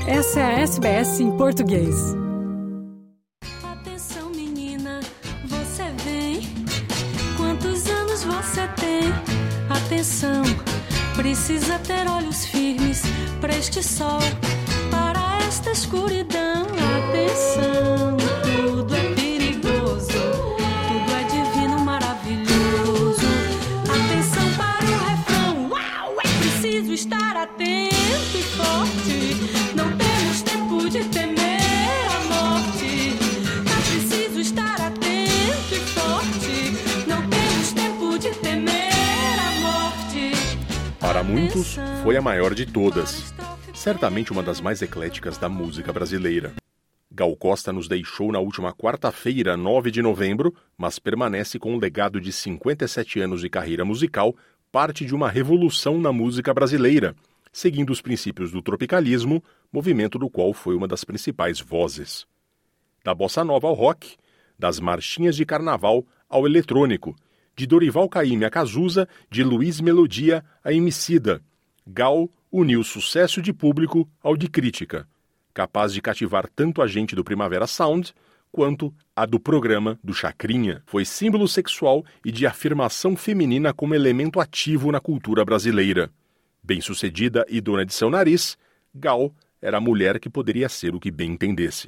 Essa é a SBS em português. Atenção, menina, você vem. Quantos anos você tem? Atenção, precisa ter olhos firmes para este sol, para esta escuridão. Atenção, tudo é perigoso, tudo é divino, maravilhoso. Atenção para o refrão, uau, é preciso estar atento e forte. Não temos tempo de temer a morte. É preciso estar atento e forte. Não temos tempo de temer a morte. Para muitos, foi a maior de todas. Certamente uma das mais ecléticas da música brasileira. Gal Costa nos deixou na última quarta-feira, 9 de novembro, mas permanece com um legado de 57 anos de carreira musical, parte de uma revolução na música brasileira, seguindo os princípios do tropicalismo, movimento do qual foi uma das principais vozes. Da bossa nova ao rock, das marchinhas de carnaval ao eletrônico, de Dorival Caymmi a Cazuza, de Luiz Melodia a Emicida, Gal uniu sucesso de público ao de crítica, capaz de cativar tanto a gente do Primavera Sound quanto a do programa do Chacrinha. Foi símbolo sexual e de afirmação feminina como elemento ativo na cultura brasileira. Bem-sucedida e dona de seu nariz, Gal era a mulher que poderia ser o que bem entendesse.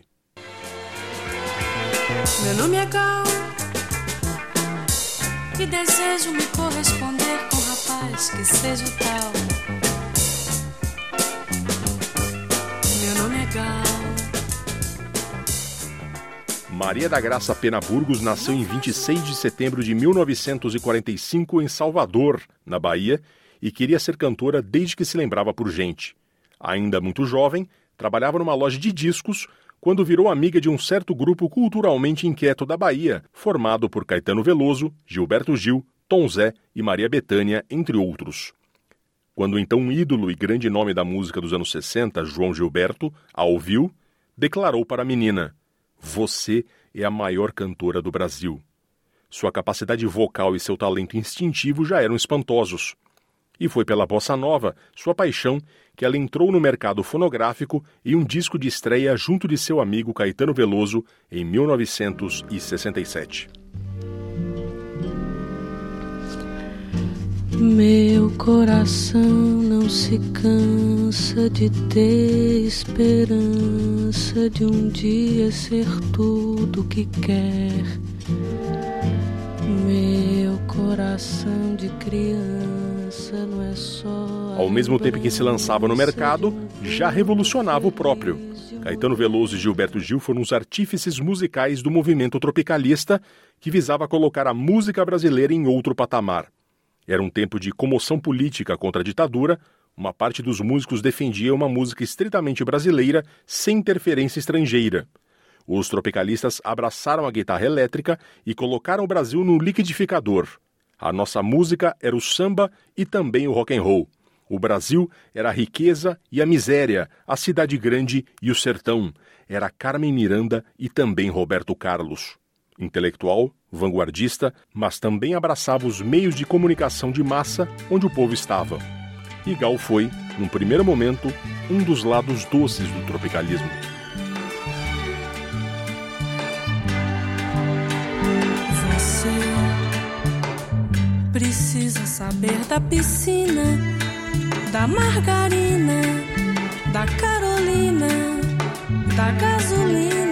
Meu nome é Gal e desejo me corresponder com um rapaz que seja o tal. Meu nome é Gal. Maria da Graça Pena Burgos nasceu em 26 de setembro de 1945 em Salvador, na Bahia, e queria ser cantora desde que se lembrava por gente. Ainda muito jovem, trabalhava numa loja de discos quando virou amiga de um certo grupo culturalmente inquieto da Bahia, formado por Caetano Veloso, Gilberto Gil, Tom Zé e Maria Bethânia, entre outros. Quando então um ídolo e grande nome da música dos anos 60, João Gilberto, a ouviu, declarou para a menina: "Você é a maior cantora do Brasil." Sua capacidade vocal e seu talento instintivo já eram espantosos. E foi pela bossa nova, sua paixão, que ela entrou no mercado fonográfico em um disco de estreia junto de seu amigo Caetano Veloso em 1967. Meu coração não se cansa de ter esperança de um dia ser tudo o que quer. Meu coração de criança não é só... Ao mesmo tempo que se lançava no mercado, já revolucionava o próprio. Caetano Veloso e Gilberto Gil foram os artífices musicais do movimento tropicalista que visava colocar a música brasileira em outro patamar. Era um tempo de comoção política contra a ditadura. Uma parte dos músicos defendia uma música estritamente brasileira, sem interferência estrangeira. Os tropicalistas abraçaram a guitarra elétrica e colocaram o Brasil no liquidificador. A nossa música era o samba e também o rock and roll. O Brasil era a riqueza e a miséria, a cidade grande e o sertão. Era Carmen Miranda e também Roberto Carlos. Intelectual, vanguardista, mas também abraçava os meios de comunicação de massa onde o povo estava. E Gal foi, num primeiro momento, um dos lados doces do tropicalismo. Você precisa saber da piscina, da margarina, da Carolina, da gasolina.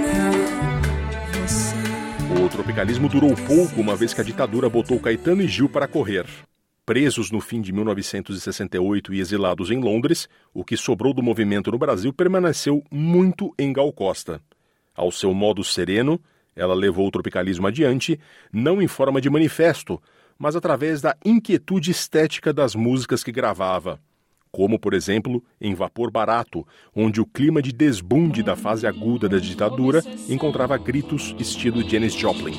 O tropicalismo durou pouco, uma vez que a ditadura botou Caetano e Gil para correr. Presos no fim de 1968 e exilados em Londres, o que sobrou do movimento no Brasil permaneceu muito em Gal Costa. Ao seu modo sereno, ela levou o tropicalismo adiante, não em forma de manifesto, mas através da inquietude estética das músicas que gravava. Como, por exemplo, em Vapor Barato, onde o clima de desbunde da fase aguda da ditadura encontrava gritos estilo Janis Joplin.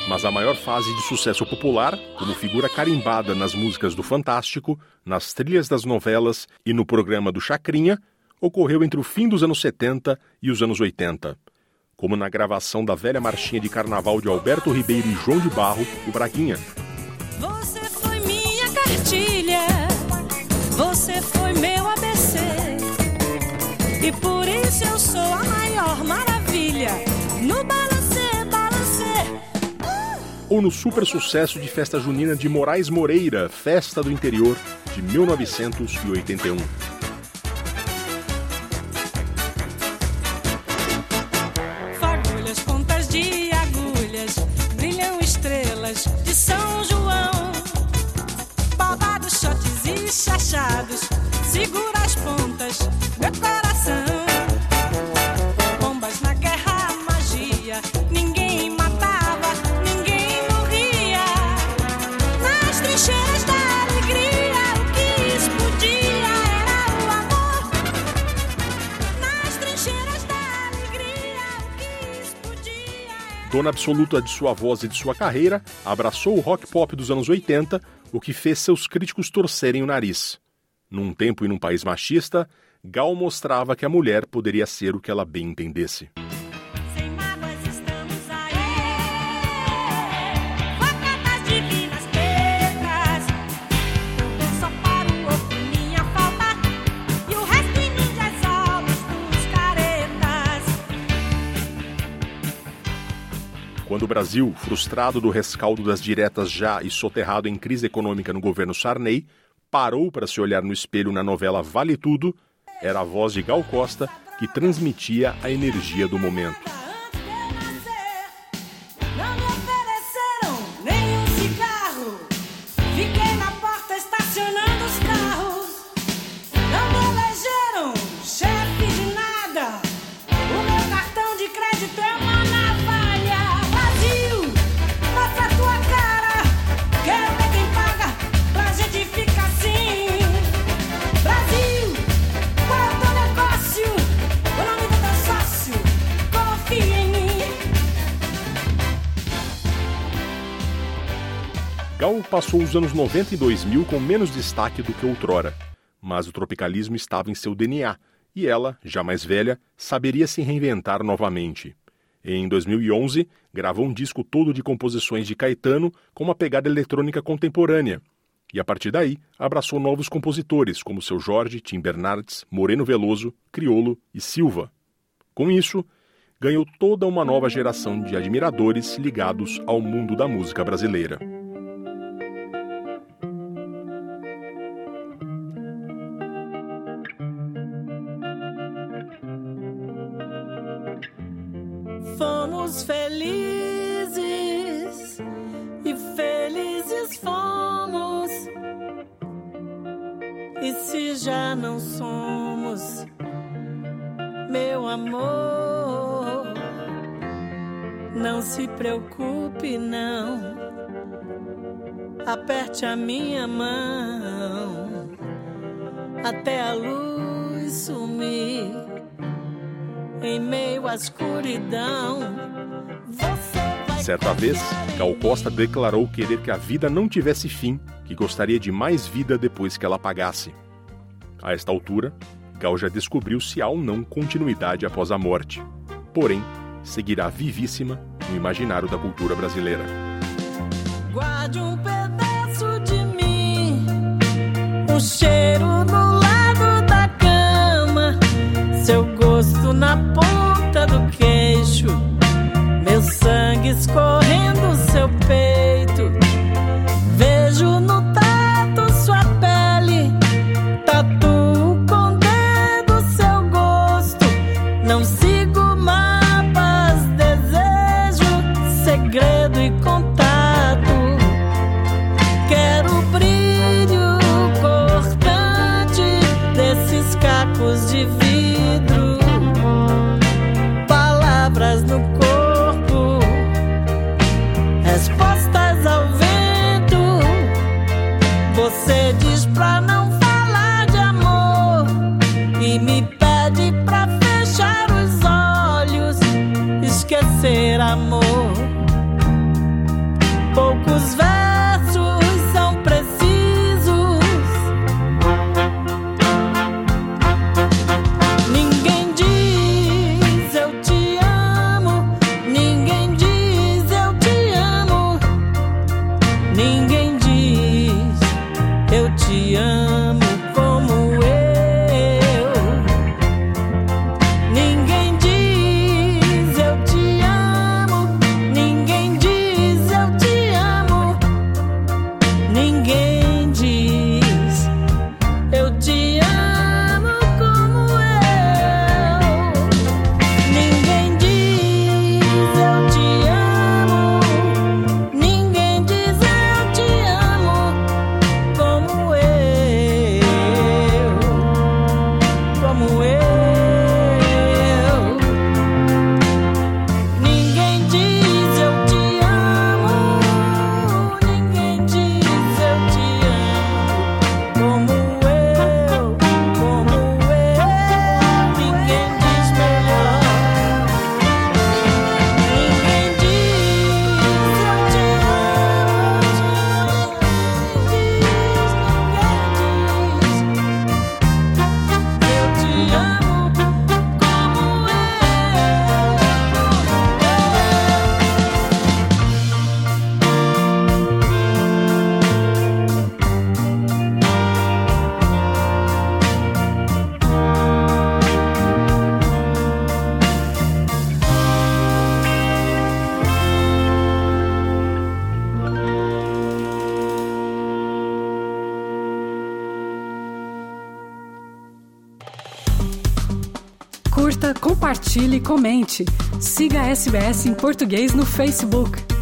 Mas a maior fase de sucesso popular, como figura carimbada nas músicas do Fantástico, nas trilhas das novelas e no programa do Chacrinha, ocorreu entre o fim dos anos 70 e os anos 80, como na gravação da velha marchinha de carnaval de Alberto Ribeiro e João de Barro, o Braguinha. Você foi minha cartilha, você foi meu ABC, e por isso eu sou a maior maravilha no balancê, balancê. Ou no super sucesso de festa junina de Moraes Moreira, Festa do Interior, de 1981. Fagulhas, pontas de agulhas, brilham estrelas de São João. Babados, shots e chachados, segura as pontas, meu coração. Bombas na guerra, magia, ninguém matava, ninguém morria. Nas trincheiras da alegria, o que explodia era o amor. Nas trincheiras da alegria, o que explodia era... Dona absoluta de sua voz e de sua carreira, abraçou o rock pop dos anos 80, o que fez seus críticos torcerem o nariz. Num tempo e num país machista, Gal mostrava que a mulher poderia ser o que ela bem entendesse. Sem mágoas estamos aí, facadas divinas pedras. Eu só paro por minha falta, e o resto em mim as almas dos caretas. Quando o Brasil, frustrado do rescaldo das diretas já e soterrado em crise econômica no governo Sarney, parou para se olhar no espelho na novela Vale Tudo, era a voz de Gal Costa que transmitia a energia do momento. Não me ofereceram nenhum cigarro, fiquei na porta estacionando os carros. Não me elegeram chefe de nada, o meu cartão de crédito é uma navalha. Brasil, mostra a tua cara, quero ver quem paga pra gente ficar assim. Brasil, qual é o teu negócio? O nome do teu sócio, confia em mim. Gal passou os anos 90 e 2000 com menos destaque do que outrora, mas o tropicalismo estava em seu DNA e ela, já mais velha, saberia se reinventar novamente. Em 2011, gravou um disco todo de composições de Caetano com uma pegada eletrônica contemporânea, e a partir daí abraçou novos compositores como Seu Jorge, Tim Bernardes, Moreno Veloso, Criolo e Silva. Com isso, ganhou toda uma nova geração de admiradores ligados ao mundo da música brasileira. Fomos felizes e felizes fomos. E se já não somos, meu amor, não se preocupe não, aperte a minha mão até a luz sumir. Em meio à escuridão, certa vez, Gal Costa declarou querer que a vida não tivesse fim, que gostaria de mais vida depois que ela apagasse. A esta altura, Gal já descobriu se há ou não continuidade após a morte. Porém, seguirá vivíssima no imaginário da cultura brasileira. Guarde um pedaço de mim, um cheiro no lado da cama, seu gosto na ponta do queixo, meu sangue escorrendo seu peito. Vejo no tato sua pele, tatuo com dedo seu gosto. Não sigo mapas, desejo segredo e contato. Quero o brilho cortante desses cacos de vidro, palavras no corpo, respostas ao vento. Você diz pra não falar de amor e me pede pra fechar os olhos, esquecer amor. poucos versos são precisos. Ninguém diz eu te amo, ninguém diz eu te amo, ninguém diz eu te amo como eu. Ninguém diz eu te amo, ninguém diz eu te amo, ninguém diz eu te amo como eu. Ninguém diz eu te amo, ninguém diz eu te amo como eu, como eu. Ninguém diz eu te amo, ninguém diz eu te amo como eu, ninguém diz melhor. Ninguém diz eu te amo, ninguém diz eu te amo como eu. Curta, compartilhe e comente. Siga a SBS em português no Facebook.